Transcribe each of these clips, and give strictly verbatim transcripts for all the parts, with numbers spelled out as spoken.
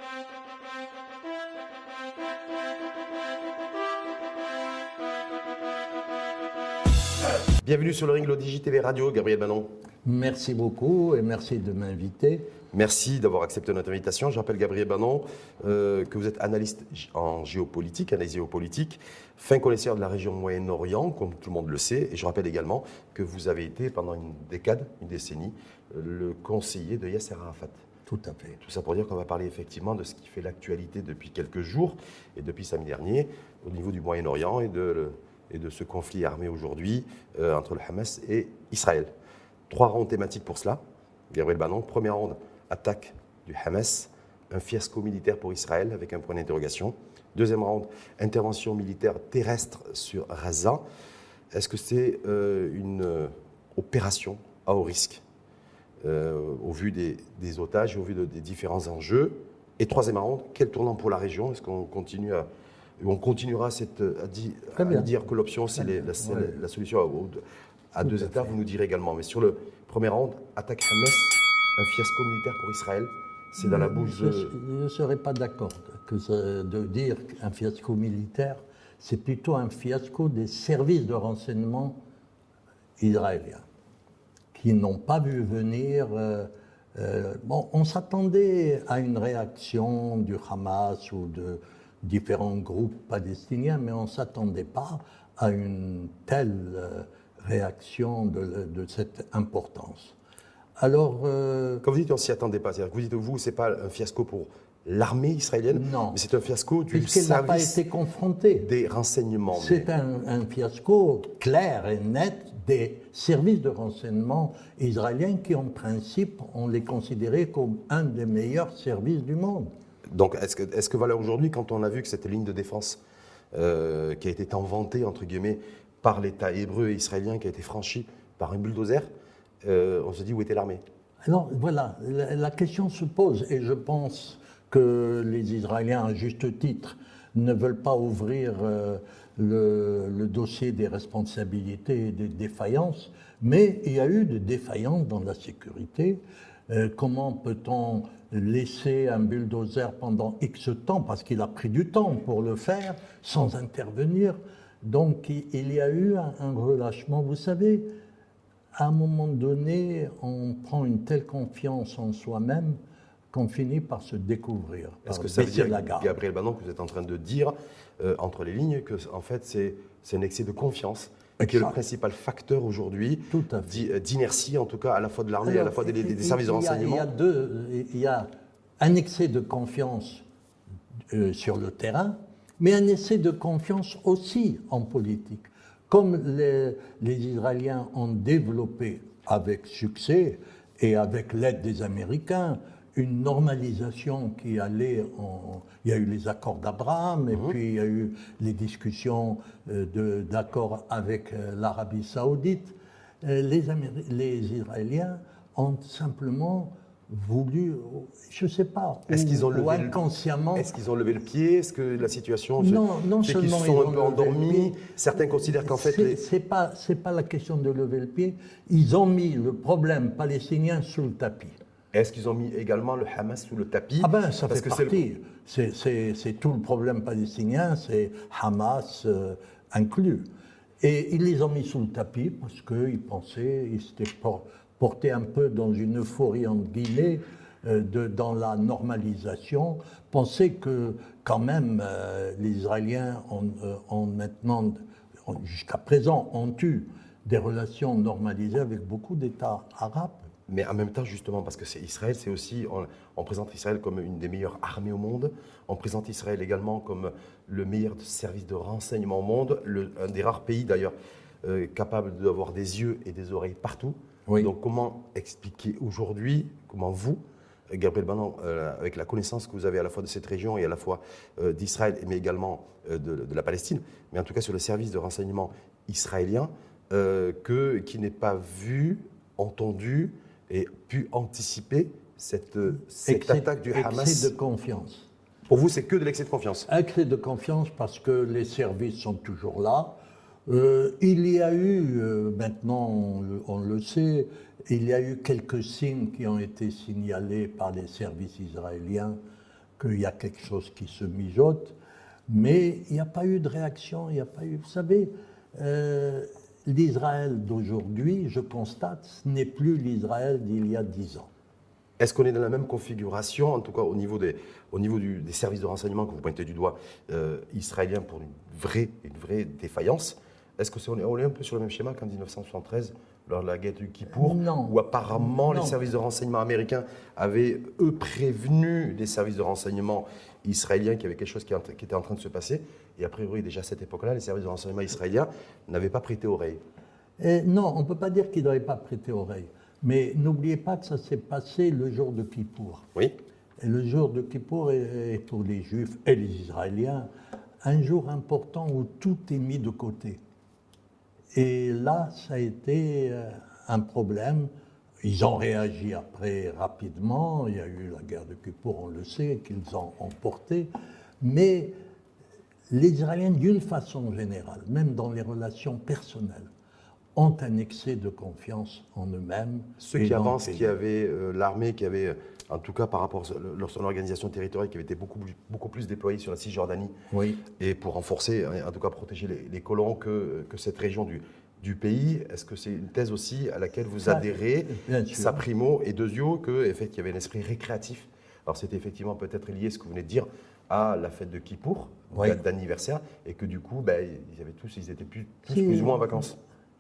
Bienvenue sur le ring Lodi T V Radio, Gabriel Banon. Merci beaucoup et merci de m'inviter. Merci d'avoir accepté notre invitation. Je rappelle, Gabriel Banon, euh, que vous êtes analyste en géopolitique, analyse géopolitique, fin connaisseur de la région Moyen-Orient, comme tout le monde le sait. Et je rappelle également que vous avez été pendant une décade, une décennie, le conseiller de Yasser Arafat. Tout à fait. Tout ça pour dire qu'on va parler effectivement de ce qui fait l'actualité depuis quelques jours et depuis samedi dernier au niveau du Moyen-Orient et de, et de ce conflit armé aujourd'hui euh, entre le Hamas et Israël. Trois rondes thématiques pour cela. Gabriel Banon, première ronde, attaque du Hamas, un fiasco militaire pour Israël avec un point d'interrogation. Deuxième ronde, intervention militaire terrestre sur Gaza. Est-ce que c'est euh, une euh, opération à haut risque euh, au vu des, des otages, au vu de, des différents enjeux? Et troisième ronde, quel tournant pour la région? Est-ce qu'on continue à, on continuera cette, à, di, à dire que l'option c'est les, la, la, la solution à, à deux États? Vous nous direz également. Mais sur le premier round, attaque Hamas, un fiasco militaire pour Israël. C'est dans la bouche Je ne serais pas d'accord de dire qu'un fiasco militaire, c'est plutôt un fiasco des services de renseignement israéliens, qui n'ont pas vu venir... Euh, euh, bon, on s'attendait à une réaction du Hamas ou de différents groupes palestiniens, mais on ne s'attendait pas à une telle euh, réaction de, de cette importance. Alors, euh, quand vous dites on ne s'y attendait pas, c'est-à-dire que vous dites vous, ce n'est pas un fiasco pour l'armée israélienne, non, mais c'est un fiasco du puisqu'elle n'a pas été confrontée. Des renseignements. C'est mais... un, un fiasco clair et net des services de renseignement israéliens qui, en principe, on les considérait comme un des meilleurs services du monde. Donc, est-ce que, est-ce que voilà, aujourd'hui, quand on a vu que cette ligne de défense euh, qui a été inventée, entre guillemets, par l'État hébreu et israélien, qui a été franchie par un bulldozer, Euh, on se dit où était l'armée? Alors voilà, la, la question se pose et je pense que les Israéliens, à juste titre, ne veulent pas ouvrir euh, le, le dossier des responsabilités et des défaillances, mais il y a eu des défaillances dans la sécurité. Euh, comment peut-on laisser un bulldozer pendant X temps, parce qu'il a pris du temps pour le faire, sans intervenir? Donc il, il y a eu un, un relâchement, vous savez. À un moment donné, on prend une telle confiance en soi-même qu'on finit par se découvrir. Est-ce que ça veut dire, Gabriel Banon, que vous êtes en train de dire, euh, entre les lignes, que en fait c'est, c'est un excès de confiance qui est le principal facteur aujourd'hui d'inertie, en tout cas, à la fois de l'armée et à la fois des, des, des services de renseignement? Il y a deux, il y a un excès de confiance euh, sur le terrain, mais un excès de confiance aussi en politique. Comme les, les Israéliens ont développé avec succès et avec l'aide des Américains une normalisation qui allait en... Il y a eu les accords d'Abraham et mmh. puis il y a eu les discussions de, d'accords avec l'Arabie saoudite. Les, Améri... les Israéliens ont simplement voulu, je ne sais pas, est-ce qu'ils ont ou levé inconsciemment... Le... Est-ce qu'ils ont levé le pied? Est-ce que la situation... Non, non fait seulement qu'ils se sont ils un peu endormis. Certains considèrent qu'en fait... C'est, les... c'est pas, c'est pas la question de lever le pied. Ils ont mis le problème palestinien sous le tapis. Est-ce qu'ils ont mis également le Hamas sous le tapis? Ah ben, ça Parce fait que partie. C'est, le... c'est, c'est, c'est tout le problème palestinien, c'est Hamas euh, inclus. Et ils les ont mis sous le tapis parce qu'ils pensaient, ils s'étaient portés un peu dans une euphorie, entre guillemets, euh, de, dans la normalisation, pensaient que quand même euh, les Israéliens ont, euh, ont maintenant, ont, jusqu'à présent, ont eu des relations normalisées avec beaucoup d'États arabes. Mais en même temps, justement, parce que c'est Israël, c'est aussi, on, on présente Israël comme une des meilleures armées au monde, on présente Israël également comme le meilleur service de renseignement au monde, le, un des rares pays d'ailleurs euh, capable d'avoir des yeux et des oreilles partout. Oui. Donc comment expliquer aujourd'hui, comment vous, Gabriel Banon, euh, avec la connaissance que vous avez à la fois de cette région et à la fois euh, d'Israël, mais également euh, de, de la Palestine, mais en tout cas sur le service de renseignement israélien, euh, que, qui n'est pas vu, entendu et pu anticiper cette, cette excès, attaque du Hamas? Excès de confiance. Pour vous, c'est que de l'excès de confiance? Excès de confiance parce que les services sont toujours là. Euh, il y a eu, euh, maintenant on le, on le sait, il y a eu quelques signes qui ont été signalés par les services israéliens qu'il y a quelque chose qui se mijote, mais il n'y a pas eu de réaction, il n'y a pas eu... Vous savez, euh, l'Israël d'aujourd'hui, je constate, ce n'est plus l'Israël d'il y a dix ans. Est-ce qu'on est dans la même configuration, en tout cas au niveau des, au niveau du, des services de renseignement que vous pointez du doigt euh, israéliens pour une vraie, une vraie défaillance? Est-ce qu'on est, on est un peu sur le même schéma qu'en dix-neuf cent soixante-treize, lors de la guerre du Kippour, non. où apparemment non. les services de renseignement américains avaient, eux, prévenu les services de renseignement israéliens qu'il y avait quelque chose qui, qui était en train de se passer, et a priori, déjà à cette époque-là, les services de renseignement israéliens n'avaient pas prêté oreille. Et non, on ne peut pas dire qu'ils n'avaient pas prêté oreille. Mais n'oubliez pas que ça s'est passé le jour de Kippour. Oui. Et le jour de Kippour est pour les Juifs et les Israéliens un jour important où tout est mis de côté. Et là, ça a été un problème. Ils ont réagi après rapidement. Il y a eu la guerre de Kippour, on le sait, qu'ils ont emporté. Mais les Israéliens, d'une façon générale, même dans les relations personnelles, ont un excès de confiance en eux-mêmes. Ceux qui avancent, qui avaient euh, l'armée, qui avait, en tout cas par rapport à son organisation territoriale, qui avait été beaucoup, beaucoup plus déployée sur la Cisjordanie, oui. et pour renforcer, en tout cas protéger les, les colons que, que cette région du, du pays. Est-ce que c'est une thèse aussi à laquelle vous Ça, adhérez, bien sûr. ça primo, et deuxio, qu'il y avait un esprit récréatif? Alors c'était effectivement peut-être lié, ce que vous venez de dire, à la fête de Kippour, oui. date d'anniversaire, et que du coup, ben, ils, avaient tous, ils étaient plus, tous si, plus ou moins en vacances.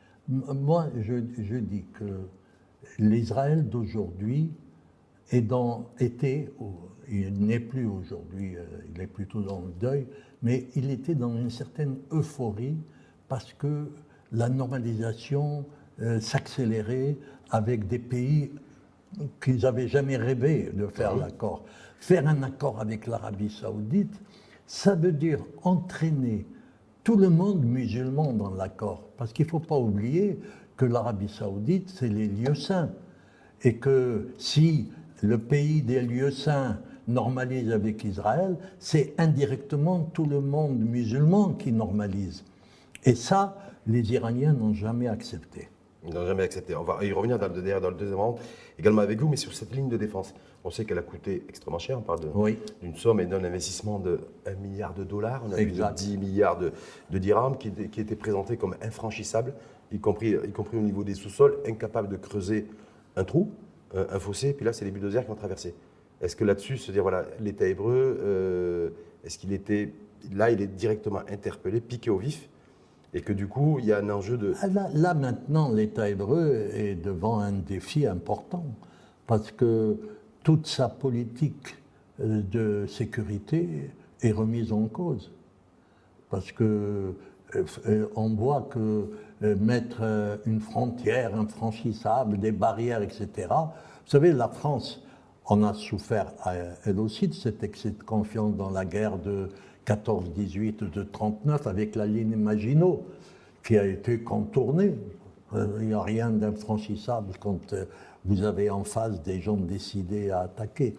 Moi, je, je dis que l'Israël d'aujourd'hui est dans, était, il n'est plus aujourd'hui, il est plutôt dans le deuil, mais il était dans une certaine euphorie parce que la normalisation euh, s'accélérait avec des pays qu'ils n'avaient jamais rêvé de faire mmh. l'accord. Faire un accord avec l'Arabie saoudite, ça veut dire entraîner tout le monde musulman dans l'accord. Parce qu'il ne faut pas oublier que l'Arabie saoudite, c'est les lieux saints. Et que si le pays des lieux saints normalise avec Israël, c'est indirectement tout le monde musulman qui normalise. Et ça, les Iraniens n'ont jamais accepté. Ils n'ont jamais accepté. On va y revenir dans le, dans le deuxième round également avec vous, mais sur cette ligne de défense. On sait qu'elle a coûté extrêmement cher. On parle d'une oui. somme et d'un investissement de un milliard de dollars. On a plus de dix milliards de, de dirhams qui, qui étaient présentés comme infranchissables, y compris, y compris au niveau des sous-sols, incapables de creuser un trou, un, un fossé, puis là, c'est les bulldozers qui ont traversé. Est-ce que là-dessus, se dire, voilà, l'État hébreu, euh, est-ce qu'il était. Là, il est directement interpellé, piqué au vif, et que du coup, il y a un enjeu de... Là, là maintenant, l'État hébreu est devant un défi important, parce que toute sa politique de sécurité est remise en cause. Parce que euh, on voit que euh, mettre euh, une frontière infranchissable, des barrières, et cetera. Vous savez, la France en a souffert, elle aussi, de cet excès de confiance dans la guerre de quatorze dix-huit, de trente-neuf, avec la ligne Maginot, qui a été contournée. Il n'y a rien d'infranchissable quand vous avez en face des gens décidés à attaquer.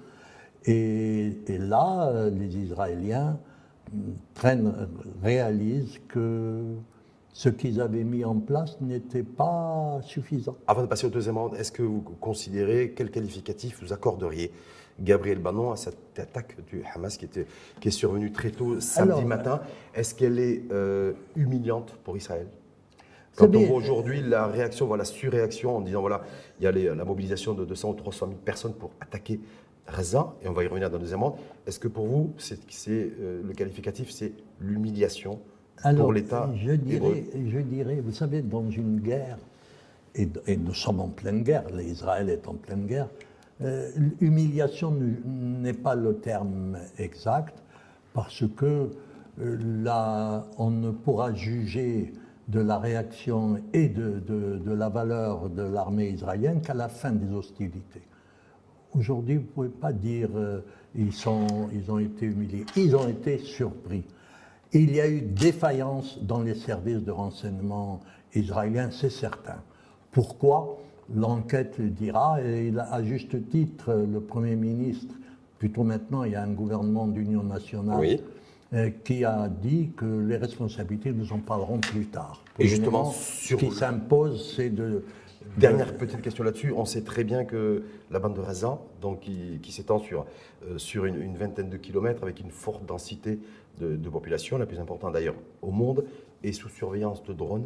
Et, et là, les Israéliens prennent, réalisent que ce qu'ils avaient mis en place n'était pas suffisant. Avant de passer au deuxième round, est-ce que vous considérez, quel qualificatif vous accorderiez, Gabriel Bannon, à cette attaque du Hamas qui, était, qui est survenue très tôt samedi Alors, matin? Est-ce qu'elle est euh, humiliante pour Israël? Quand on voit aujourd'hui la réaction, voilà, la surréaction en disant voilà, il y a les, la mobilisation de deux cents ou trois cent mille personnes pour attaquer Gaza, et on va y revenir dans le deuxième round. Est-ce que pour vous, c'est, c'est, euh, le qualificatif, c'est l'humiliation pour l'État je dirais, je dirais, vous savez, dans une guerre, et, et nous sommes en pleine guerre, l'Israël est en pleine guerre, euh, l'humiliation n'est pas le terme exact, parce que euh, là, on ne pourra juger de la réaction et de, de, de la valeur de l'armée israélienne qu'à la fin des hostilités. Aujourd'hui, vous ne pouvez pas dire euh, ils, sont, ils ont été humiliés, ils ont été surpris. Il y a eu défaillance dans les services de renseignement israéliens, c'est certain. Pourquoi? L'enquête dira, et il a, à juste titre, le Premier ministre, plutôt maintenant, il y a un gouvernement d'union nationale, oui. euh, qui a dit que les responsabilités nous en parleront plus tard. Et justement, sur... ce qui s'impose, c'est de, Dernière petite question là-dessus. On sait très bien que la bande de Gaza, donc qui, qui s'étend sur, euh, sur une, une vingtaine de kilomètres avec une forte densité de, de population, la plus importante d'ailleurs au monde, est sous surveillance de drones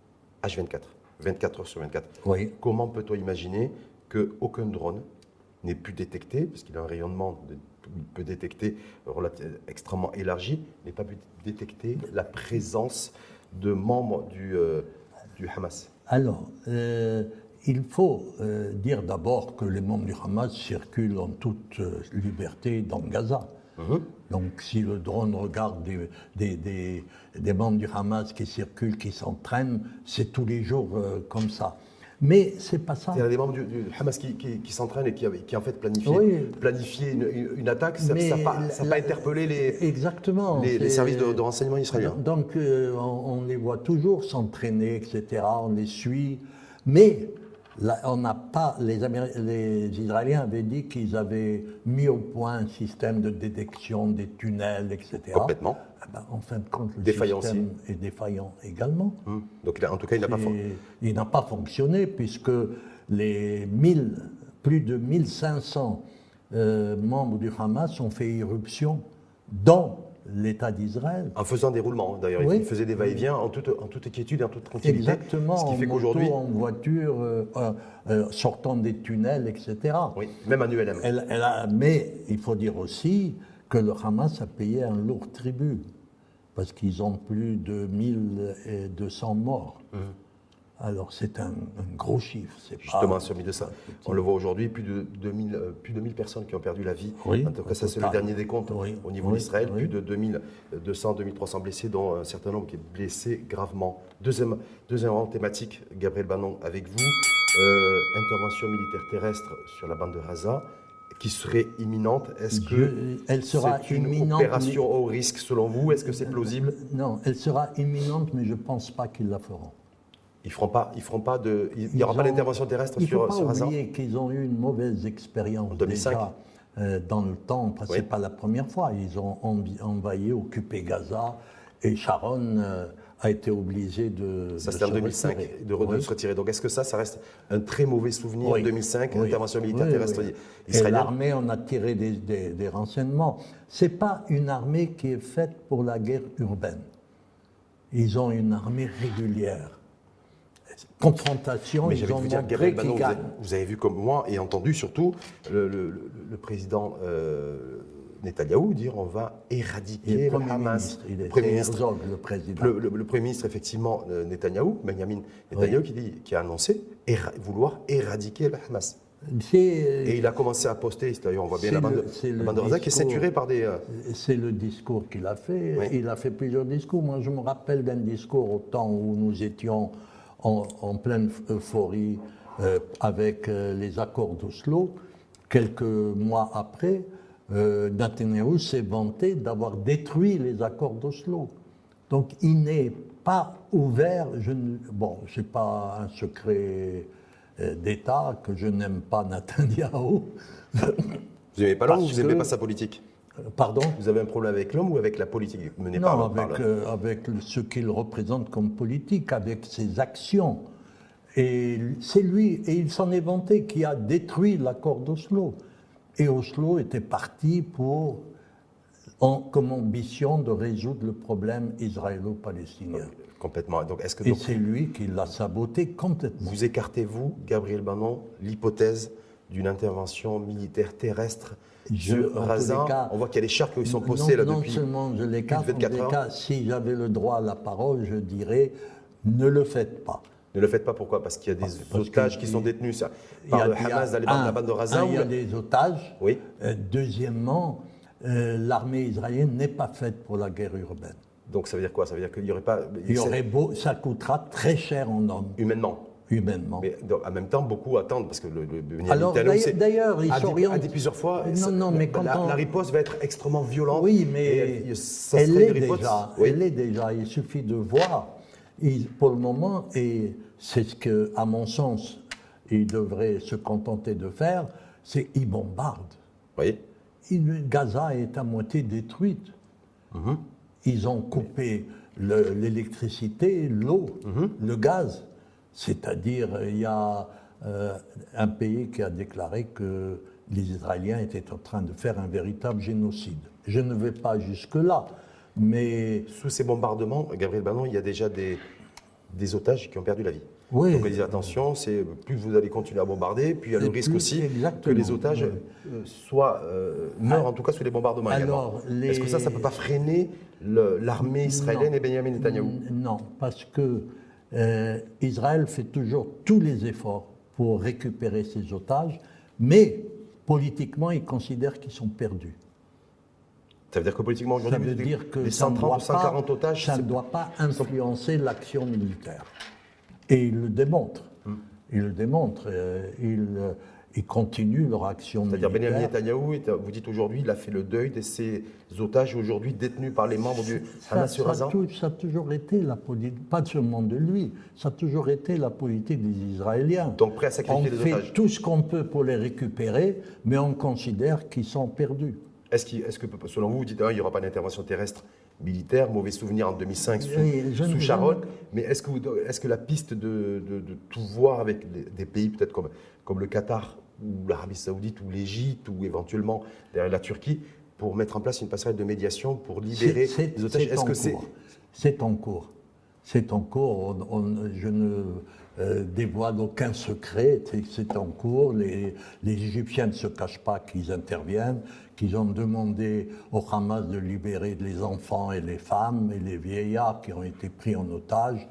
H vingt-quatre, vingt-quatre heures sur vingt-quatre. Oui. Comment peut-on imaginer qu'aucun drone n'ait pu détecter, parce qu'il a un rayonnement, de, il peut détecter extrêmement élargi, n'ait pas pu détecter la présence de membres du, euh, du Hamas? Alors, euh, il faut euh, dire d'abord que les membres du Hamas circulent en toute euh, liberté dans Gaza. Mmh. Donc, si le drone regarde des, des, des, des membres du Hamas qui circulent, qui s'entraînent, c'est tous les jours euh, comme ça. Mais c'est pas ça. Il y a des membres du, du Hamas qui, qui, qui s'entraînent et qui, qui en fait planifient, oui. planifient une, une attaque. Ça n'a pas, pas interpellé les, exactement, les, les services de, de renseignement israéliens. Donc, euh, on, on les voit toujours s'entraîner, et cetera. On les suit. Mais là, on n'a pas. Les, Améri- les Israéliens avaient dit qu'ils avaient mis au point un système de détection des tunnels, et cetera. Complètement. Eh ben, en fin de compte, le défaillant système aussi. est défaillant également. Hum. Donc, en tout cas, il n'a pas, il n'a pas fonctionné puisque les mille, plus de mille cinq cents euh, membres du Hamas ont fait irruption dans l'État d'Israël. En faisant des roulements, d'ailleurs. Oui. Ils faisaient des va-et-vient en toute, en toute quiétude et en toute tranquillité. Exactement, ce qui fait en moto, en voiture, euh, euh, sortant des tunnels, et cetera. Oui, même en U L M. Elle, elle a, mais il faut dire aussi que le Hamas a payé un lourd tribut, parce qu'ils ont plus de mille deux cents morts. Mmh. Alors c'est un, un gros chiffre. Justement, pas, sur mille deux cents. On le voit aujourd'hui, plus de deux mille, euh, plus de mille personnes qui ont perdu la vie. Oui, en tout cas, ça c'est le dernier décompte oui, au niveau oui, d'Israël. Oui. Plus de deux mille deux cents, deux mille trois cents blessés, dont un certain nombre qui est blessé gravement. Deuxième, deuxième thématique, Gabriel Bannon, avec vous. Euh, intervention militaire terrestre sur la bande de Gaza, qui serait imminente. Est-ce que elle sera c'est une imminente, opération mais... au risque selon vous? Est-ce que c'est plausible? Non, elle sera imminente, mais je ne pense pas qu'ils la feront. Ils feront pas, ils feront pas de, il n'y aura ont, pas d'intervention terrestre sur Gaza? Il ne faut pas oublier qu'ils ont eu une mauvaise expérience déjà euh, dans le temps, parce que oui. ce n'est pas la première fois. Ils ont envahi, occupé Gaza, et Sharon euh, a été obligé de, ça, de c'était en deux mille cinq, retirer. de, de oui. se retirer. Donc est-ce que ça, ça reste un très mauvais souvenir oui. en deux mille cinq, oui. intervention militaire oui, terrestre oui. israélienne? Et l'armée en a tiré des, des, des renseignements. Ce n'est pas une armée qui est faite pour la guerre urbaine. Ils ont une armée régulière. Confrontation, mais ils ont dire, montré qu'ils gagnent. Vous avez, vous avez vu comme moi et entendu surtout le, le, le, le président euh, Netanyahou dire on va éradiquer le, le Hamas. Il est le Premier ministre, Herzog, le président. Le, le, le Premier ministre, effectivement, euh, Netanyahou, Benjamin Netanyahou, oui. qui, dit, qui a annoncé éra vouloir éradiquer le Hamas. Et il a commencé à poster, d'ailleurs on voit bien la bande, le, la bande de Gaza qui est ceinturée par des... Euh... C'est le discours qu'il a fait. Oui. Il a fait plusieurs discours. Moi je me rappelle d'un discours au temps où nous étions en, en pleine euphorie euh, avec euh, les accords d'Oslo. Quelques mois après, euh, Netanyahou s'est vanté d'avoir détruit les accords d'Oslo. Donc il n'est pas ouvert, je ne, bon, ce n'est pas un secret d'État que je n'aime pas Netanyahou. Vous n'aimez pas l'homme ou vous n'aimez pas sa politique? Pardon? Vous avez un problème avec l'homme ou avec la politique menée non, par l'homme? Avec, euh, avec ce qu'il représente comme politique, avec ses actions. Et c'est lui, et il s'en est vanté, qui a détruit l'accord d'Oslo. Et Oslo était parti pour, en, comme ambition de résoudre le problème israélo-palestinien. Okay. Complètement. Donc, est-ce que et donc, c'est lui qui l'a saboté complètement. Vous écartez-vous, Gabriel Bannon, l'hypothèse d'une intervention militaire terrestre je, sur Gaza? On voit qu'il y a des chars qui sont postés non, là non depuis Non seulement je l'écarte, en tous les cas, si j'avais le droit à la parole, je dirais ne le faites pas. Ne le faites pas, pourquoi? Parce qu'il y a des Parce otages qui sont détenus ça, par a, le Hamas dans la bande de Gaza? Il y a des otages. Oui. Euh, deuxièmement, euh, l'armée israélienne n'est pas faite pour la guerre urbaine. Donc ça veut dire quoi? Ça veut dire qu'il n'y aurait pas... Il y aurait beau, ça coûtera très cher en hommes. Humainement. Humainement. Mais donc, en même temps, beaucoup attendent, parce que le, le Alors d'ailleurs, il s'oriente... a dit plusieurs fois, non, ça, non, mais la, quand la, on... la riposte va être extrêmement violente. Oui, mais et, ça elle l'est déjà. Oui. Elle l'est déjà. Il suffit de voir. Il, pour le moment, et c'est ce que, à mon sens, il devrait se contenter de faire, c'est qu'il bombarde. Oui. Il, Gaza est à moitié détruite. Mm-hmm. Ils ont coupé l'électricité, l'eau, mm-hmm. le gaz. C'est-à-dire, il y a euh, un pays qui a déclaré que les Israéliens étaient en train de faire un véritable génocide. Je ne vais pas jusque-là, mais... Sous ces bombardements, Gabriel Bannon, il y a déjà des, des otages qui ont perdu la vie. Oui. Donc on dit attention, c'est plus vous allez continuer à bombarder, puis il y a le Et risque plus, aussi exactement, que les otages oui. euh, soient, euh, meurent en tout cas sous les bombardements Alors, également. les- Est-ce que ça, ça ne peut pas freiner le- l'armée israélienne Non. et Benjamin Netanyahou? Non, parce que euh, Israël fait toujours tous les efforts pour récupérer ses otages, mais politiquement, ils considèrent qu'ils sont perdus. Ça veut dire que politiquement Ça aujourd'hui, veut dire que les ça cent ne trente doit ou cent quarante pas, otages, ça ne c'est- doit pas influencer l'action militaire. Et ils le démontrent. Hmm. Ils le démontrent. euh, Ils, euh, ils continuent leur action c'est-à-dire militaire. Benjamin Netanyahou, est- vous dites aujourd'hui, il a fait le deuil de ces otages aujourd'hui détenus par les membres du Ça, Hamas sur ça a Gaza. tou- ça a toujours été la politique, pas seulement de lui, ça a toujours été la politique des Israéliens. Donc prêt à On sacrifier les fait otages. tout ce qu'on peut pour les récupérer, mais on considère qu'ils sont perdus. Est-ce qu'il- est-ce que, selon vous, vous dites, ah, il n'y aura pas d'intervention terrestre militaire, mauvais souvenir en deux mille cinq sous, Oui, je ne- sous je Sharon, ne- mais est-ce que, vous- est-ce que la piste de, de- de tout voir avec des, des pays peut-être comme, comme le Qatar, ou l'Arabie Saoudite, ou l'Égypte, ou éventuellement derrière la Turquie, pour mettre en place une passerelle de médiation pour libérer C'est- c'est- les otages? c'est Est-ce en que c'est... cours. C'est en cours. C'est en cours. On- on- je ne euh, dévoile aucun secret. C'est- C'est en cours. Les, les Égyptiens ne se cachent pas qu'ils interviennent, qu'ils ont demandé au Hamas de libérer les enfants et les femmes et les vieillards qui ont été pris en otage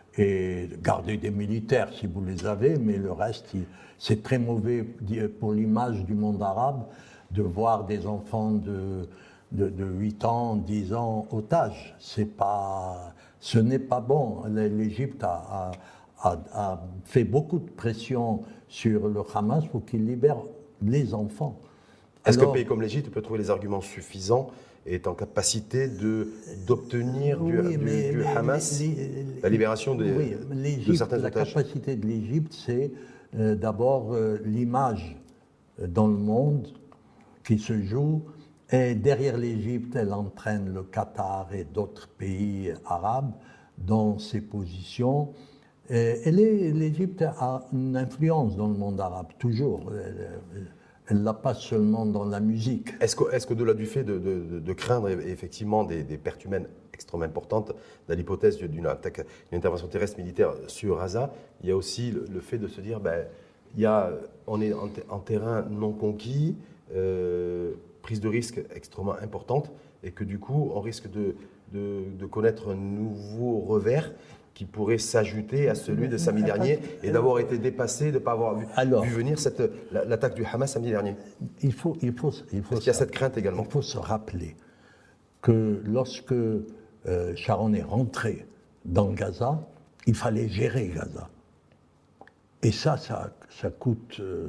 et de garder des militaires si vous les avez, mais le reste, il- c'est très mauvais pour l'image du monde arabe de voir des enfants de, de, de huit ans, dix ans otages. C'est pas, ce n'est pas bon. L'Égypte a, a, a- a fait beaucoup de pression sur le Hamas pour qu'il libère les enfants. Est-ce qu'un Alors- pays comme l'Égypte peut trouver les arguments suffisants et est en capacité de- d'obtenir du, Oui, du- mais- du mais- Hamas les- les- la libération des- oui, de l'Égypte, certains la otages? capacité de l'Égypte, c'est euh, d'abord euh, l'image euh, dans le monde qui se joue. Et derrière l'Égypte, elle entraîne le Qatar et d'autres pays arabes dans ses positions. Et, et les- l'Égypte a une influence dans le monde arabe, toujours. Elle ne l'a pas seulement dans la musique. Est-ce que- est-ce qu'au-delà du fait de, de- de- de craindre effectivement des, des pertes humaines extrêmement importantes, dans l'hypothèse d'une attaque, d'une intervention terrestre militaire sur Gaza, il y a aussi le, le fait de se dire, ben, il y a, on est en, te- en terrain non conquis, euh, prise de risque extrêmement importante, et que du coup, on risque de, de- de connaître un nouveau revers qui pourrait s'ajouter à celui de samedi dernier, et d'avoir été dépassé, de ne pas avoir vu, Alors- vu venir cette- la- l'attaque du Hamas samedi dernier. Il faut, il faut, il faut Est-ce qu'il y a se- cette crainte également? Il faut se rappeler que lorsque euh, Sharon est rentré dans Gaza, il fallait gérer Gaza. Et ça, ça, ça coûte euh,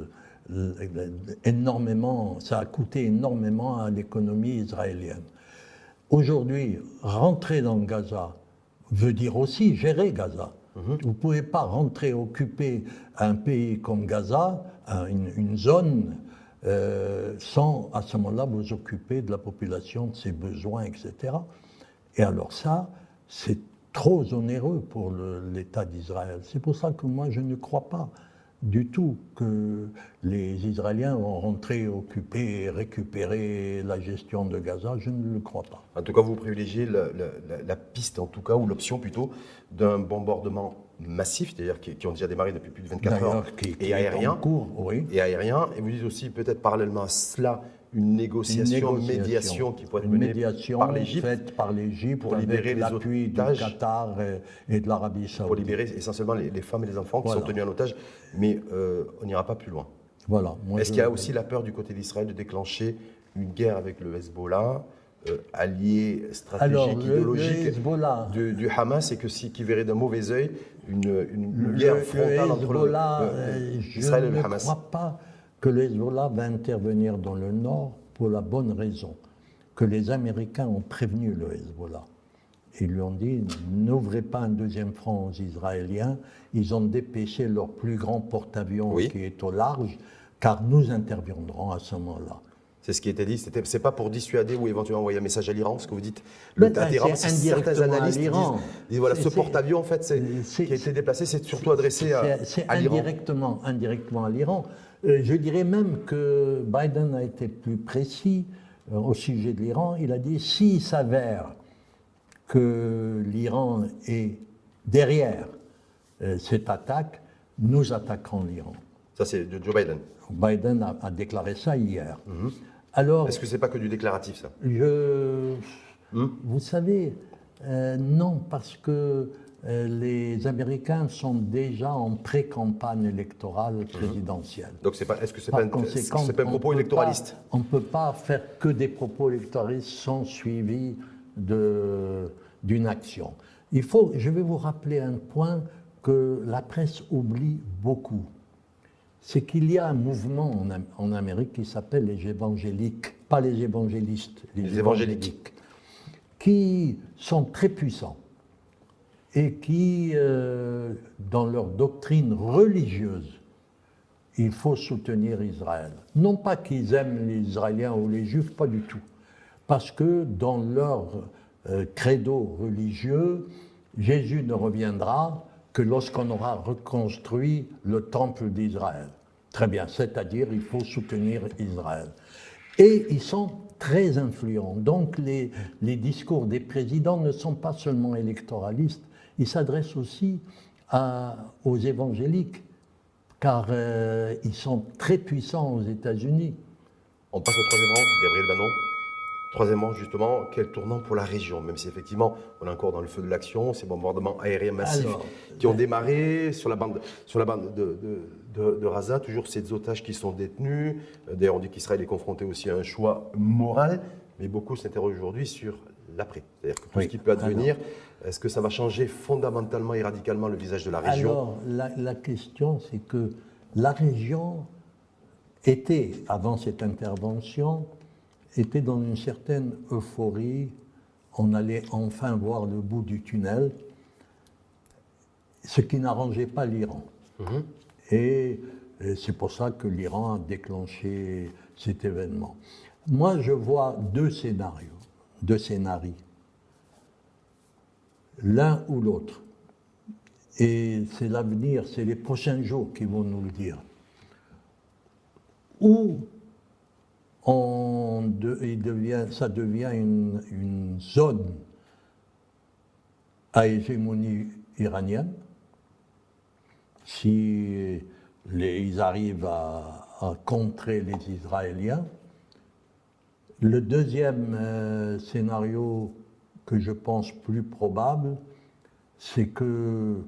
énormément, ça a coûté énormément à l'économie israélienne. Aujourd'hui, rentrer dans Gaza veut dire aussi gérer Gaza. Vous ne pouvez pas rentrer occuper un pays comme Gaza, un- une, une zone, euh, sans à ce moment-là vous occuper de la population, de ses besoins, et cetera. Et alors ça, c'est trop onéreux pour le- l'État d'Israël. C'est pour ça que moi je ne crois pas du tout que les Israéliens vont rentrer, occuper et récupérer la gestion de Gaza. Je ne le crois pas. En tout cas, vous privilégiez la, la- la- la piste, en tout cas, ou l'option plutôt, d'un bombardement massif, c'est-à-dire qui, qui ont déjà démarré depuis plus de vingt-quatre heures, D'ailleurs, qui, qui et est aérien. en cours, oui. Et aérien. Et vous dites aussi, peut-être parallèlement à cela, une négociation, Une une médiation qui pourrait être Une menée médiation par l'Égypte faite par l'Égypte pour avec libérer les l'appui du otages. Qatar et, et de l'Arabie Saoudite. pour libérer essentiellement les, les femmes et les enfants qui Voilà. sont tenus en otage. Mais euh, on n'ira pas plus loin. Voilà. Moi, Est-ce je- qu'il y a aussi la peur du côté d'Israël de déclencher une guerre avec le Hezbollah, euh, allié stratégique, Alors, le- le idéologique Hezbollah- du, du Hamas, et que si, qui verrait d'un mauvais œil une, une Le- guerre le frontale entre le, Hezbollah, le- euh, Israël et je le ne Hamas? crois pas que le Hezbollah va intervenir dans le nord pour la bonne raison que les Américains ont prévenu le Hezbollah. Ils lui ont dit, n'ouvrez pas un deuxième front aux Israéliens. Ils ont dépêché leur plus grand porte-avions Oui. qui est au large, car nous interviendrons à ce moment-là. C'est ce qui était dit. C'était, c'est pas pour dissuader ou éventuellement envoyer un message à l'Iran, ce que vous dites. Le, Le Téhéran, c'est certains analystes disent, disent voilà, c'est, ce c'est, porte-avions en fait, c'est, c'est, qui a été déplacé, c'est surtout adressé à, c'est, c'est à l'Iran. Indirectement, indirectement à l'Iran. Euh, je dirais même que Biden a été plus précis euh, au sujet de l'Iran. Il a dit s'il s'avère que l'Iran est derrière euh, cette attaque, nous attaquerons l'Iran. Ça, c'est de Joe Biden. Biden a, a déclaré ça hier. Mm-hmm. Alors, est-ce que c'est pas que du déclaratif, ça? Je, mm. Vous savez, euh, non, parce que euh, les Américains sont déjà en pré-campagne électorale présidentielle. Donc, c'est pas, est-ce que c'est Par pas, un, conséquent, c'est pas un propos électoraliste? Pas, on ne peut pas faire que des propos électoralistes sans suivi de, d'une action. Il faut, je vais vous rappeler un point que la presse oublie beaucoup. C'est qu'il y a un mouvement en, en Amérique qui s'appelle les évangéliques, pas les évangélistes, les, les évangéliques, évangéliques, qui sont très puissants et qui, euh, dans leur doctrine religieuse, il faut soutenir Israël. Non pas qu'ils aiment les Israéliens ou les Juifs, pas du tout, parce que dans leur euh, credo religieux, Jésus ne reviendra que lorsqu'on aura reconstruit le temple d'Israël. Très bien, c'est-à-dire il faut soutenir Israël. Et ils sont très influents. Donc les, les discours des présidents ne sont pas seulement électoralistes, ils s'adressent aussi à, aux évangéliques, car euh, ils sont très puissants aux États-Unis. On passe au troisième rang, Gabriel Bannon. Troisièmement, justement, quel tournant pour la région, même si effectivement on est encore dans le feu de l'action, ces bombardements aériens massifs Alors, qui ont démarré sur la bande, sur la bande de, de, de, de Gaza, toujours ces otages qui sont détenus. D'ailleurs, on dit qu'Israël est confronté aussi à un choix moral, mais beaucoup s'interrogent aujourd'hui sur l'après. C'est-à-dire que tout oui. ce qui peut advenir, Alors, est-ce que ça va changer fondamentalement et radicalement le visage de la région? Alors, la, la question, c'est que la région était, avant cette intervention, était dans une certaine euphorie, on allait enfin voir le bout du tunnel, ce qui n'arrangeait pas l'Iran. Mmh. Et, et c'est pour ça que l'Iran a déclenché cet événement. Moi, je vois deux scénarios, deux scénarios, l'un ou l'autre. Et c'est l'avenir, c'est les prochains jours qui vont nous le dire. Ou On de, il devient, ça devient une, une zone à hégémonie iranienne. Si les, ils arrivent à, à contrer les Israéliens. Le deuxième euh, scénario que je pense plus probable, c'est que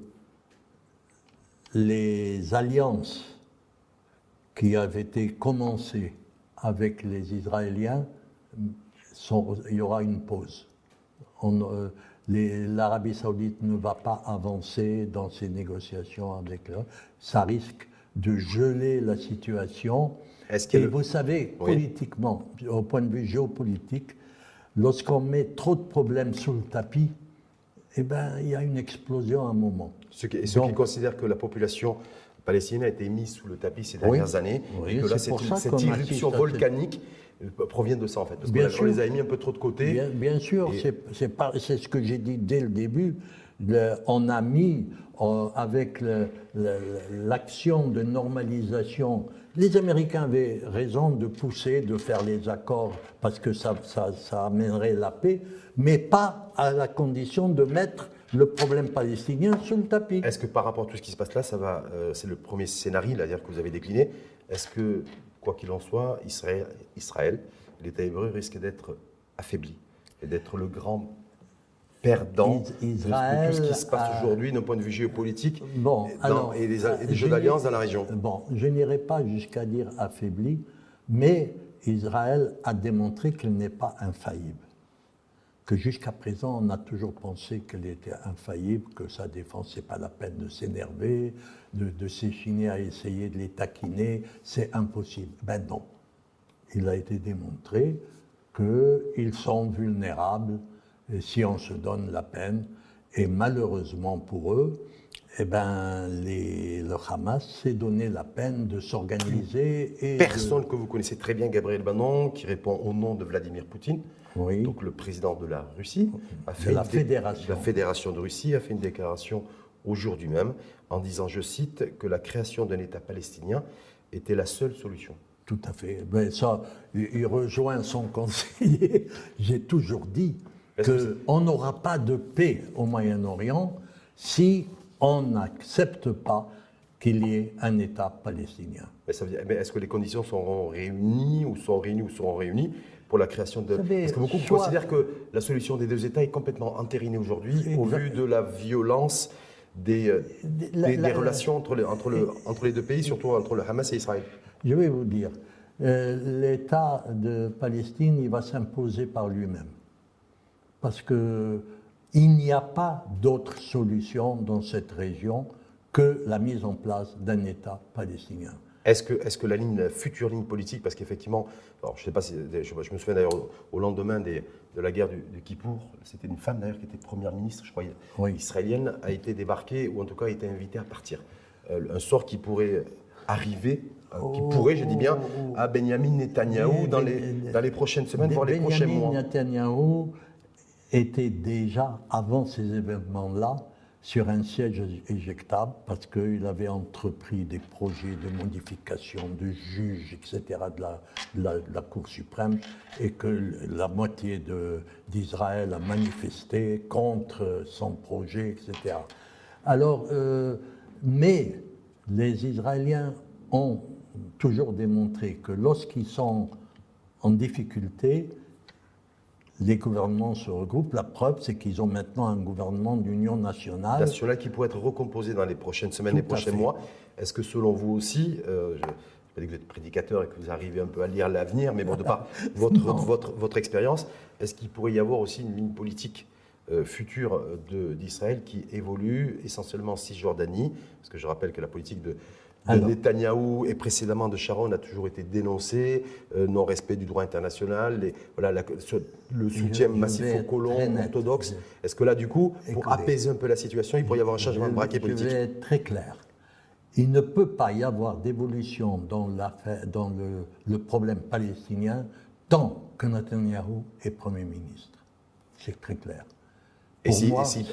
les alliances qui avaient été commencées avec les Israéliens, sont, il y aura une pause. Euh, L'Arabie saoudite ne va pas avancer dans ses négociations avec eux. Ça risque de geler la situation. Et vous savez, oui. politiquement, au point de vue géopolitique, lorsqu'on met trop de problèmes sous le tapis, eh ben, il y a une explosion à un moment. Ceux qui, ceux Donc, qui considèrent que la population palestinienne a été mise sous le tapis ces dernières oui, années, oui, et que là, cette, cette irruption volcanique cette... provient de ça, en fait. Parce qu'on les a mis un peu trop de côté. Bien, bien sûr, et... c'est ce que j'ai dit dès le début. Le, on a mis, euh, avec l'action de normalisation, les Américains avaient raison de pousser, de faire les accords, parce que ça, ça, ça amènerait la paix, mais pas à la condition de mettre le problème palestinien sous le tapis. Est-ce que par rapport à tout ce qui se passe là, ça va, euh, c'est le premier scénario, c'est-à-dire que vous avez décliné, est-ce que, quoi qu'il en soit, Israël, Israël l'État hébreu risque d'être affaibli et d'être le grand perdant Israël, de tout ce qui se passe a... aujourd'hui d'un point de vue géopolitique bon, dans, alors, et des, et des jeux d'alliance dans la région? Bon, je n'irai pas jusqu'à dire affaibli, mais Israël a démontré qu'il n'est pas infaillible. Que jusqu'à présent, on a toujours pensé qu'elle était infaillible, que sa défense, c'est pas la peine de s'énerver, de, de s'échiner à essayer de les taquiner, c'est impossible. Ben non. Il a été démontré qu'ils sont vulnérables si on se donne la peine, et malheureusement pour eux, Eh bien, le Hamas s'est donné la peine de s'organiser. Et Personne de... que vous connaissez très bien, Gabriel Bannon, qui répond au nom de Vladimir Poutine, oui. donc le président de la Russie, a fait de la dé... fédération. la fédération de Russie, a fait une déclaration aujourd'hui même en disant, je cite, que la création d'un État palestinien était la seule solution. Tout à fait. Mais ça, il rejoint son conseiller. J'ai toujours dit qu'on n'aura pas de paix au Moyen-Orient si on n'accepte pas qu'il y ait un État palestinien. Mais ça veut dire, mais est-ce que les conditions seront réunies ou seront réunies ou seront réunies pour la création de... savez, Parce que beaucoup soit... considèrent que la solution des deux États est complètement entérinée aujourd'hui au vu de la violence des, des, la, des la, relations entre les, entre, le, entre les deux pays, surtout entre le Hamas et Israël. Je vais vous dire, euh, l'État de Palestine, il va s'imposer par lui-même. Parce qu'il n'y a pas d'autre solution dans cette région que la mise en place d'un État palestinien. Est-ce que, est-ce que la, ligne, la future ligne politique, parce qu'effectivement, alors je sais pas si, je, je me souviens d'ailleurs au, au lendemain des, de la guerre du, du Kippour, c'était une femme d'ailleurs qui était première ministre, je crois, oui. israélienne, a été débarquée ou en tout cas a été invitée à partir. Euh, un sort qui pourrait arriver, euh, oh, qui pourrait, je dis bien, oh, à Benyamin Netanyahou dans les, dans les prochaines semaines, voire les Benjamin prochains mois. Benyamin Netanyahou était déjà, avant ces événements-là, sur un siège éjectable parce qu'il avait entrepris des projets de modification de juges, et cetera, de la, de la, de la Cour suprême, et que la moitié de, d'Israël a manifesté contre son projet, et cetera. Alors, euh, mais les Israéliens ont toujours démontré que lorsqu'ils sont en difficulté, les gouvernements se regroupent. La preuve, c'est qu'ils ont maintenant un gouvernement d'union nationale. Nationale qui pourrait être recomposé dans les prochaines semaines, les prochains mois. Est-ce que selon vous aussi, euh, je ne pas dire que vous êtes prédicateur et que vous arrivez un peu à lire l'avenir, mais bon, de par votre, votre, votre, votre expérience, est-ce qu'il pourrait y avoir aussi une ligne politique euh, future de, d'Israël qui évolue essentiellement en Cisjordanie? Parce que je rappelle que la politique de de Netanyahou et précédemment de Sharon a toujours été dénoncé, euh, non-respect du droit international, les, voilà, la, le soutien je, je massif aux colons orthodoxes. Est-ce que là, du coup, pour Écoutez, apaiser un peu la situation, il pourrait y avoir un changement je, de braquet politique? Je vais être très clair. Il ne peut pas y avoir d'évolution dans, dans le, le problème palestinien tant que Netanyahou est Premier ministre. C'est très clair. Pour et si, moi, si...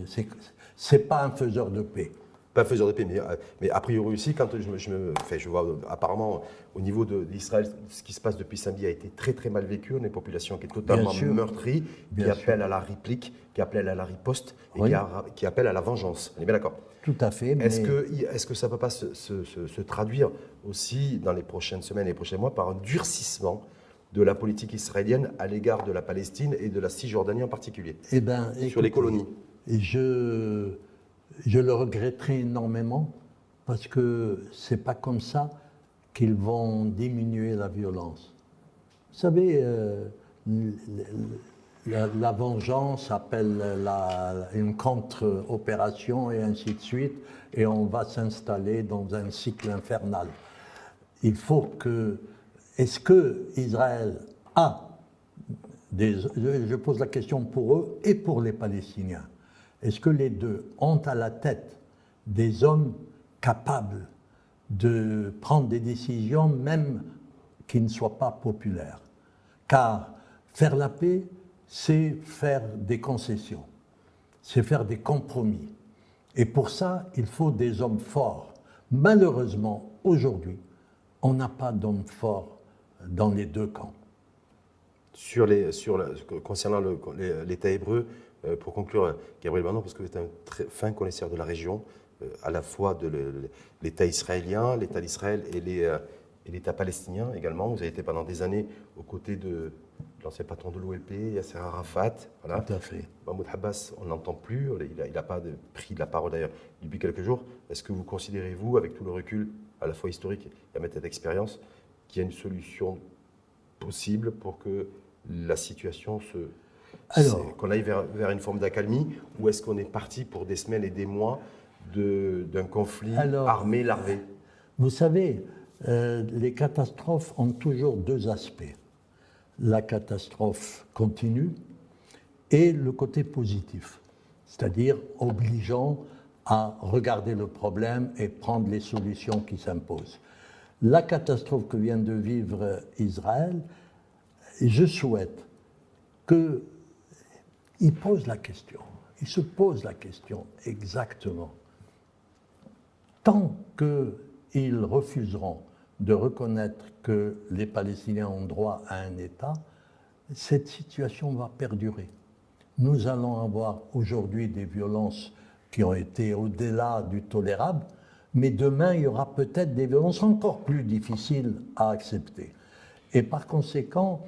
c'est pas un faiseur de paix. Pas faiseur de paix, mais, mais a priori aussi, quand je, je, me, enfin, je vois apparemment au niveau de, d'Israël, ce qui se passe depuis samedi a été très très mal vécu. On a une population qui est totalement meurtrie, qui bien appelle sûr. à la réplique, qui appelle à la riposte et oui. qui, a, qui appelle à la vengeance. On est bien d'accord? Tout à fait. Est-ce mais... que, est-ce que ça ne peut pas se, se, se, se traduire aussi dans les prochaines semaines et les prochains mois par un durcissement de la politique israélienne à l'égard de la Palestine et de la Cisjordanie en particulier, eh ben, sur écoutez, les colonies? Je... Je le regretterai énormément parce que ce n'est pas comme ça qu'ils vont diminuer la violence. Vous savez, euh, la, la vengeance appelle la, une contre-opération et ainsi de suite, et on va s'installer dans un cycle infernal. Il faut que... Est-ce que Israël a des... Je pose la question pour eux et pour les Palestiniens. Est-ce que les deux ont à la tête des hommes capables de prendre des décisions, même qui ne soient pas populaires? Car faire la paix, c'est faire des concessions, c'est faire des compromis. Et pour ça, il faut des hommes forts. Malheureusement, aujourd'hui, on n'a pas d'hommes forts dans les deux camps. Sur les, sur la, concernant le, l'État hébreu, pour conclure, Gabriel Bannon, parce que vous êtes un très fin connaisseur de la région, euh, à la fois de le, l'État israélien, l'État d'Israël et, les, euh, et l'État palestinien également. Vous avez été pendant des années aux côtés de l'ancien patron de l'O L P, Yasser Arafat. Voilà. Tout à fait. Mahmoud Abbas, on ne l'entend plus, il n'a pas de, pris de la parole d'ailleurs depuis quelques jours. Est-ce que vous considérez, vous, avec tout le recul, à la fois historique et à mettre cette expérience, qu'il y a une solution possible pour que la situation se... Alors, qu'on aille vers, vers une forme d'accalmie, ou est-ce qu'on est parti pour des semaines et des mois de, d'un conflit alors, armé larvé? Vous savez, euh, les catastrophes ont toujours deux aspects. La catastrophe continue et le côté positif, c'est-à-dire obligeant à regarder le problème et prendre les solutions qui s'imposent. La catastrophe que vient de vivre Israël, je souhaite qu'il pose la question, il se pose la question exactement. Tant qu'ils refuseront de reconnaître que les Palestiniens ont droit à un État, cette situation va perdurer. Nous allons avoir aujourd'hui des violences qui ont été au-delà du tolérable, mais demain, il y aura peut-être des violences encore plus difficiles à accepter. Et par conséquent,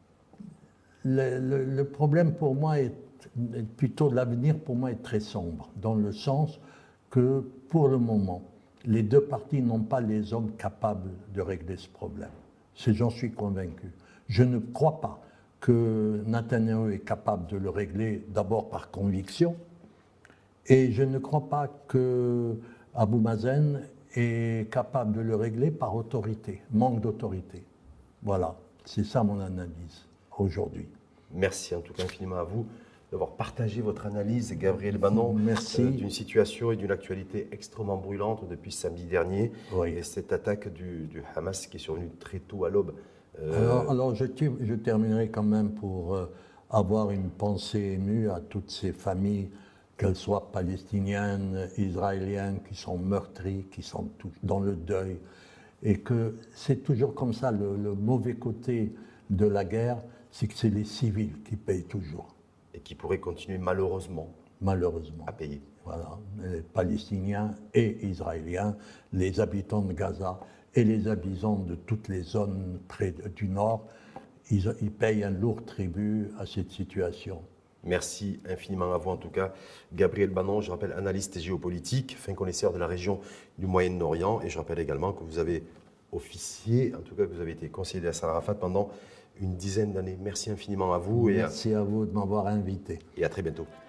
le, le, le problème pour moi est, plutôt l'avenir pour moi est très sombre, dans le sens que pour le moment, les deux parties n'ont pas les hommes capables de régler ce problème. J'en suis convaincu. Je ne crois pas que Netanyahou est capable de le régler d'abord par conviction, et je ne crois pas que Abou Mazen est capable de le régler par autorité, manque d'autorité. Voilà, c'est ça mon analyse aujourd'hui. Merci en tout cas infiniment à vous d'avoir partagé votre analyse, Gabriel Bannon, euh, d'une situation et d'une actualité extrêmement brûlante depuis samedi dernier. Oui. Et cette attaque du, du Hamas qui est survenue très tôt à l'aube. Euh... Alors, alors je, je terminerai quand même pour euh, avoir une pensée émue à toutes ces familles, qu'elles soient palestiniennes, israéliennes, qui sont meurtries, qui sont tout, dans le deuil. Et que c'est toujours comme ça, le, le mauvais côté de la guerre, c'est que c'est les civils qui payent toujours. Et qui pourraient continuer malheureusement, malheureusement à payer. Voilà, les Palestiniens et Israéliens, les habitants de Gaza et les habitants de toutes les zones près du nord, ils, ils payent un lourd tribut à cette situation. Merci infiniment à vous en tout cas, Gabriel Bannon, je rappelle analyste géopolitique, fin connaisseur de la région du Moyen-Orient, et je rappelle également que vous avez officié, en tout cas que vous avez été conseiller de Yasser Arafat pendant une dizaine d'années. Merci infiniment à vous. Merci et à, à vous de m'avoir invité. Et à très bientôt.